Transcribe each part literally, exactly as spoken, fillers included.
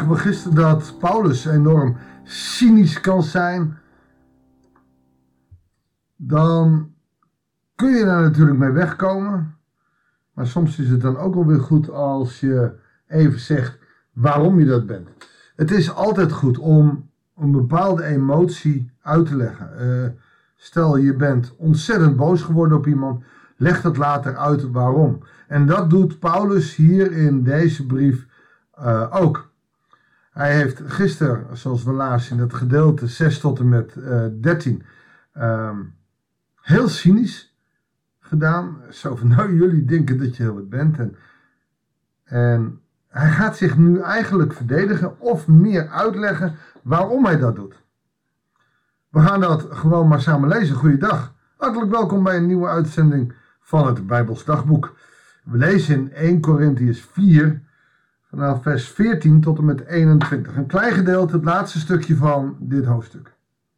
zagen we gisteren dat Paulus enorm cynisch kan zijn. Dan kun je daar natuurlijk mee wegkomen. Maar soms is het dan ook wel weer goed als je even zegt waarom je dat bent. Het is altijd goed om een bepaalde emotie uit te leggen. Uh, stel je bent ontzettend boos geworden op iemand. Leg dat later uit waarom. En dat doet Paulus hier in deze brief uh, ook. Hij heeft gisteren, zoals we lazen in het gedeelte zes tot en met uh, dertien, um, heel cynisch gedaan. Zo van, nou, jullie denken dat je heel wat bent. En, en hij gaat zich nu eigenlijk verdedigen of meer uitleggen waarom hij dat doet. We gaan dat gewoon maar samen lezen. Goeiedag. Hartelijk welkom bij een nieuwe uitzending van het Bijbels Dagboek. We lezen in eerste Korintiërs vier, vanaf vers veertien tot en met eenentwintig. Een klein gedeelte, het laatste stukje van dit hoofdstuk.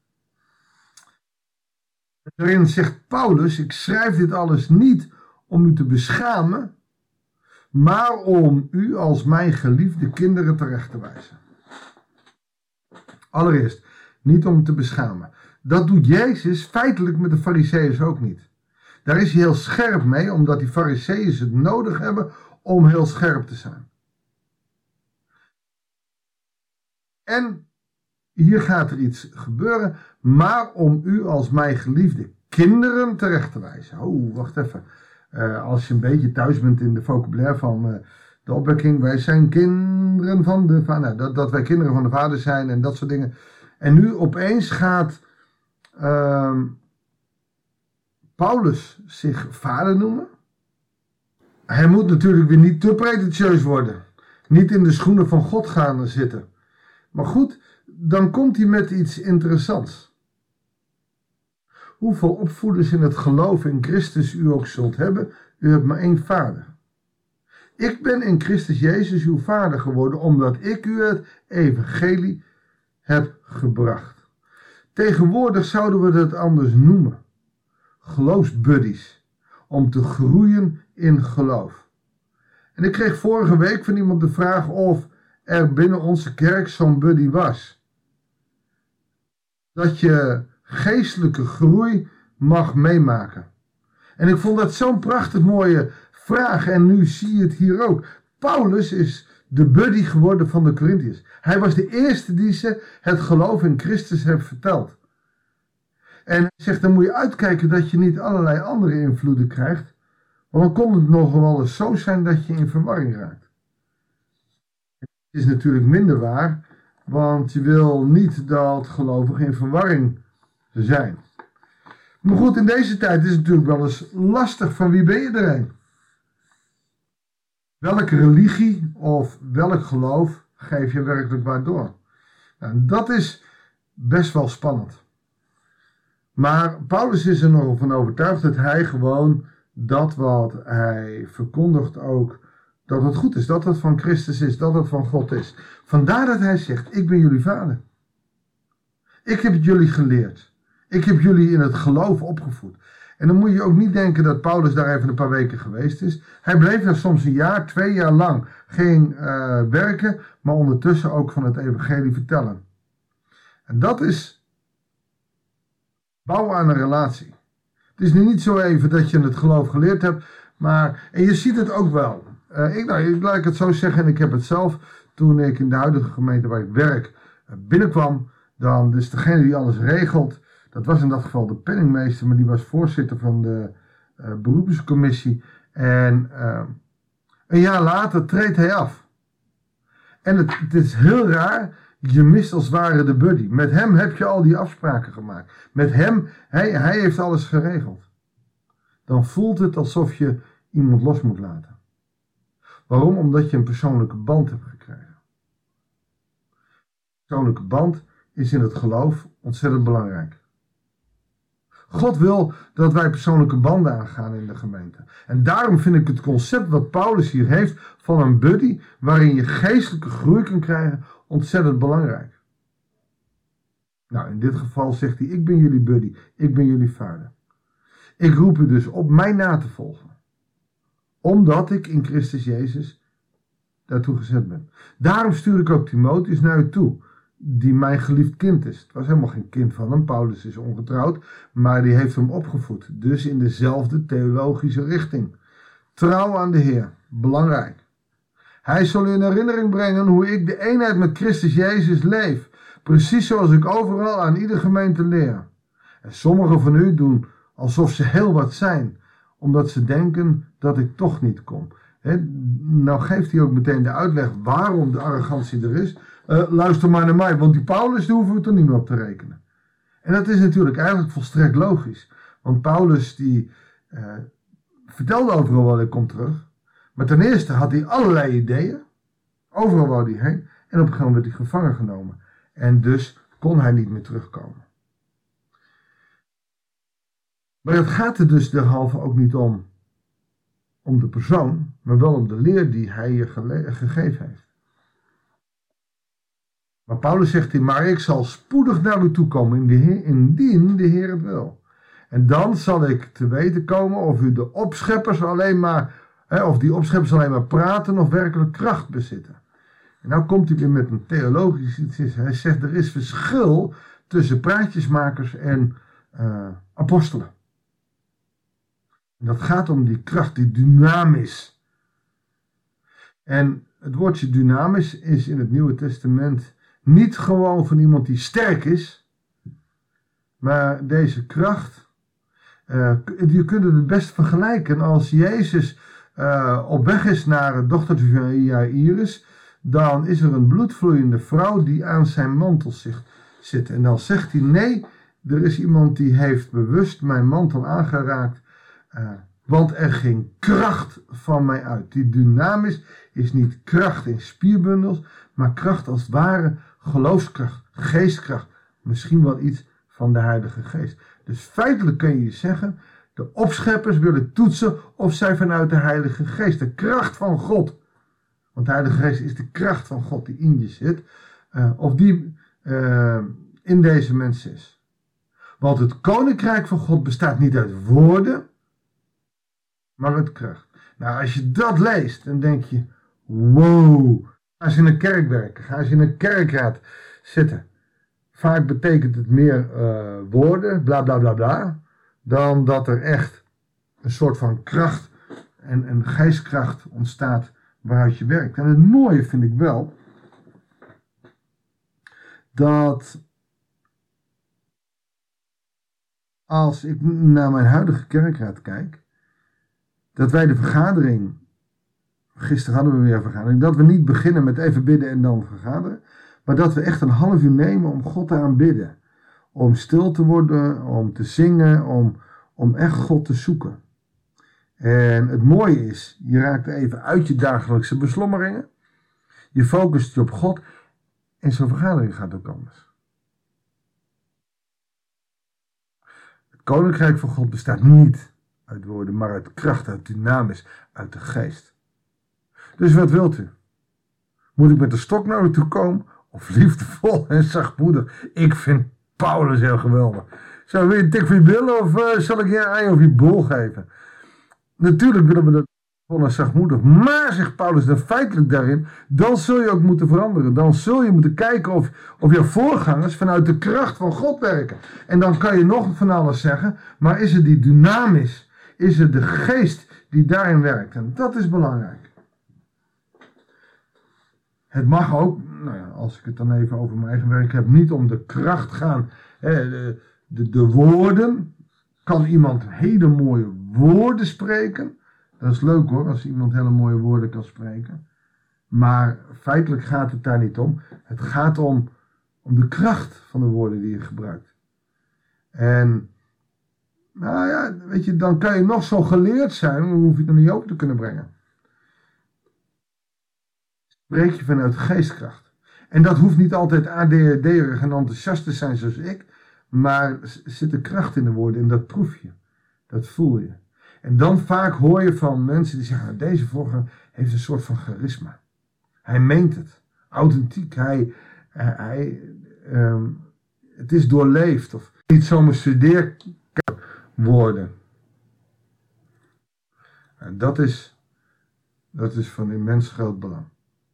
Daarin zegt Paulus, ik schrijf dit alles niet om u te beschamen, maar om u als mijn geliefde kinderen terecht te wijzen. Allereerst, niet om te beschamen. Dat doet Jezus feitelijk met de Farizeeërs ook niet. Daar is hij heel scherp mee, omdat die Farizeeërs het nodig hebben om heel scherp te zijn. En hier gaat er iets gebeuren, maar om u als mijn geliefde kinderen terecht te wijzen. Oh, wacht even. Uh, als je een beetje thuis bent in de vocabulaire van uh, de opwekking, wij zijn kinderen van de vader, nou, dat, dat wij kinderen van de vader zijn en dat soort dingen. En nu opeens gaat uh, Paulus zich vader noemen. Hij moet natuurlijk weer niet te pretentieus worden. Niet in de schoenen van God gaan zitten. Maar goed, dan komt hij met iets interessants. Hoeveel opvoeders in het geloof in Christus u ook zult hebben, u hebt maar één vader. Ik ben in Christus Jezus uw vader geworden, omdat ik u het evangelie heb gebracht. Tegenwoordig zouden we het anders noemen. Geloofsbuddies. Om te groeien in geloof. En ik kreeg vorige week van iemand de vraag of er binnen onze kerk zo'n buddy was. Dat je geestelijke groei mag meemaken. En ik vond dat zo'n prachtig mooie vraag. En nu zie je het hier ook. Paulus is de buddy geworden van de Korintiërs. Hij was de eerste die ze het geloof in Christus heeft verteld. En hij zegt, dan moet je uitkijken dat je niet allerlei andere invloeden krijgt. Want dan kon het nog wel eens zo zijn dat je in verwarring raakt. Het is natuurlijk minder waar, want je wil niet dat gelovigen in verwarring zijn. Maar goed, in deze tijd is het natuurlijk wel eens lastig van wie ben je er een? Welke religie of welk geloof geef je werkelijk waar door? Nou, dat is best wel spannend. Maar Paulus is er nog van overtuigd dat hij gewoon dat wat hij verkondigt ook, dat het goed is, dat het van Christus is, dat het van God is. Vandaar dat hij zegt, ik ben jullie vader. Ik heb het jullie geleerd. Ik heb jullie in het geloof opgevoed. En dan moet je ook niet denken dat Paulus daar even een paar weken geweest is. Hij bleef daar soms een jaar, twee jaar lang. Ging uh, werken, maar ondertussen ook van het evangelie vertellen. En dat is bouwen aan een relatie. Het is nu niet zo even dat je het geloof geleerd hebt, maar, en je ziet het ook wel. Uh, ik, nou, ik laat ik het zo zeggen, en ik heb het zelf, toen ik in de huidige gemeente waar ik werk uh, binnenkwam, dan dus degene die alles regelt, dat was in dat geval de penningmeester, maar die was voorzitter van de uh, beroepscommissie. En uh, een jaar later treedt hij af. En het, het is heel raar, je mist als het ware de buddy. Met hem heb je al die afspraken gemaakt. Met hem, hij, hij heeft alles geregeld. Dan voelt het alsof je iemand los moet laten. Waarom? Omdat je een persoonlijke band hebt gekregen. Een persoonlijke band is in het geloof ontzettend belangrijk. God wil dat wij persoonlijke banden aangaan in de gemeente. En daarom vind ik het concept wat Paulus hier heeft van een buddy, waarin je geestelijke groei kan krijgen, ontzettend belangrijk. Nou, in dit geval zegt hij, ik ben jullie buddy, ik ben jullie vader. Ik roep u dus op mij na te volgen. Omdat ik in Christus Jezus daartoe gezet bent. Daarom stuur ik ook Timotheus naar u toe, die mijn geliefd kind is. Het was helemaal geen kind van hem, Paulus is ongetrouwd, maar die heeft hem opgevoed. Dus in dezelfde theologische richting. Trouw aan de Heer, belangrijk. Hij zal u in herinnering brengen hoe ik de eenheid met Christus Jezus leef. Precies zoals ik overal aan ieder gemeente leer. En sommigen van u doen alsof ze heel wat zijn, omdat ze denken dat ik toch niet kom. He, nou geeft hij ook meteen de uitleg waarom de arrogantie er is. Uh, luister maar naar mij, want die Paulus, daar hoeven we er niet meer op te rekenen. En dat is natuurlijk eigenlijk volstrekt logisch. Want Paulus die uh, vertelde overal wel, ik kom terug. Maar ten eerste had hij allerlei ideeën. Overal wou hij heen. En op een gegeven moment werd hij gevangen genomen. En dus kon hij niet meer terugkomen. Maar het gaat er dus derhalve ook niet om, om de persoon, maar wel om de leer die hij je gele- gegeven heeft. Maar Paulus zegt hier, maar ik zal spoedig naar u toe komen in de Heer, indien de Heer het wil. En dan zal ik te weten komen of u de opscheppers alleen maar, hè, of die opscheppers alleen maar praten of werkelijk kracht bezitten. En nou komt hij weer met een theologisch iets. Hij zegt, er is verschil tussen praatjesmakers en uh, apostelen. En dat gaat om die kracht, die dynamis. En het woordje dynamisch is in het Nieuwe Testament niet gewoon van iemand die sterk is. Maar deze kracht, uh, je kunt het het best vergelijken als Jezus uh, op weg is naar het dochtertje van Jairus. Dan is er een bloedvloeiende vrouw die aan zijn mantel zit. En dan zegt hij, nee, er is iemand die heeft bewust mijn mantel aangeraakt. Uh, want er ging kracht van mij uit. Die dynamis is niet kracht in spierbundels, maar kracht als het ware geloofskracht, geestkracht. Misschien wel iets van de Heilige Geest. Dus feitelijk kun je zeggen, de opscheppers willen toetsen of zij vanuit de Heilige Geest, de kracht van God. Want de Heilige Geest is de kracht van God die in je zit, uh, of die uh, in deze mens is. Want het koninkrijk van God bestaat niet uit woorden, maar uit kracht. Nou, als je dat leest, dan denk je, wow. Ga eens in een kerk werken, ga eens in een kerkraad zitten. Vaak betekent het meer uh, woorden, bla bla bla bla, dan dat er echt een soort van kracht en een geestkracht ontstaat waaruit je werkt. En het mooie vind ik wel, dat als ik naar mijn huidige kerkraad kijk, dat wij de vergadering, gisteren hadden we weer een vergadering, dat we niet beginnen met even bidden en dan vergaderen, maar dat we echt een half uur nemen om God te aanbidden. Om stil te worden, om te zingen, om, om echt God te zoeken. En het mooie is, je raakt even uit je dagelijkse beslommeringen, je focust je op God en zo'n vergadering gaat ook anders. Het koninkrijk van God bestaat niet uit woorden, maar uit kracht, uit dynamis, uit de geest. Dus wat wilt u? Moet ik met de stok naar u toe komen? Of liefdevol en zachtmoedig? Ik vind Paulus heel geweldig. Zal ik weer een tik voor je billen of uh, zal ik je een ei of je bol geven? Natuurlijk willen we dat vol en zachtmoedig. Maar, zegt Paulus dan feitelijk daarin, dan zul je ook moeten veranderen. Dan zul je moeten kijken of, of jouw voorgangers vanuit de kracht van God werken. En dan kan je nog van alles zeggen, maar is het die dynamis? Is het de geest die daarin werkt? En dat is belangrijk. Het mag ook, nou ja, als ik het dan even over mijn eigen werk heb, niet om de kracht gaan. Hè, de, de, de woorden. Kan iemand hele mooie woorden spreken? Dat is leuk hoor, als iemand hele mooie woorden kan spreken. Maar feitelijk gaat het daar niet om. Het gaat om, om de kracht van de woorden die je gebruikt. En nou ja, weet je, dan kan je nog zo geleerd zijn, dan hoef je het er niet open te kunnen brengen. Spreek je vanuit geestkracht. En dat hoeft niet altijd A D H D'erig en enthousiast te zijn zoals ik, maar er zit een kracht in de woorden en dat proef je. Dat voel je. En dan vaak hoor je van mensen die zeggen, deze voorganger heeft een soort van charisma. Hij meent het. Authentiek. Hij, hij, um, het is doorleefd. Of niet zomaar studeerwoorden. En dat is, dat is van immens groot belang.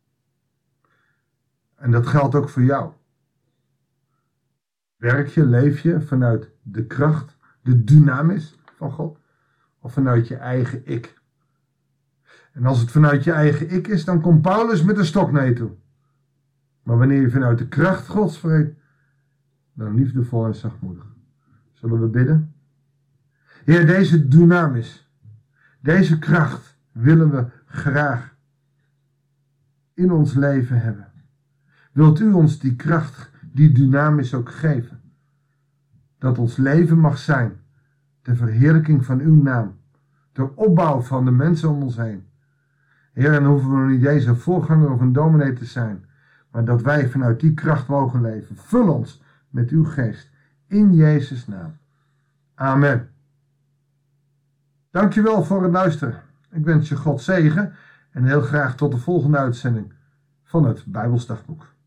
En dat geldt ook voor jou. Werk je, leef je vanuit de kracht, de dynamis van God, of vanuit je eigen ik? En als het vanuit je eigen ik is, dan komt Paulus met een stok naar je toe. Maar wanneer je vanuit de kracht Gods spreekt, dan liefdevol en zachtmoedig. Zullen we bidden? Heer, deze dynamis, deze kracht willen we graag in ons leven hebben. Wilt u ons die kracht, die dynamis ook geven? Dat ons leven mag zijn ter verheerlijking van uw naam, ter opbouw van de mensen om ons heen. Heer, dan hoeven we niet deze voorganger of een dominee te zijn, maar dat wij vanuit die kracht mogen leven. Vul ons met uw geest, in Jezus' naam. Amen. Dankjewel voor het luisteren. Ik wens je God zegen en heel graag tot de volgende uitzending van het Bijbels Dagboek.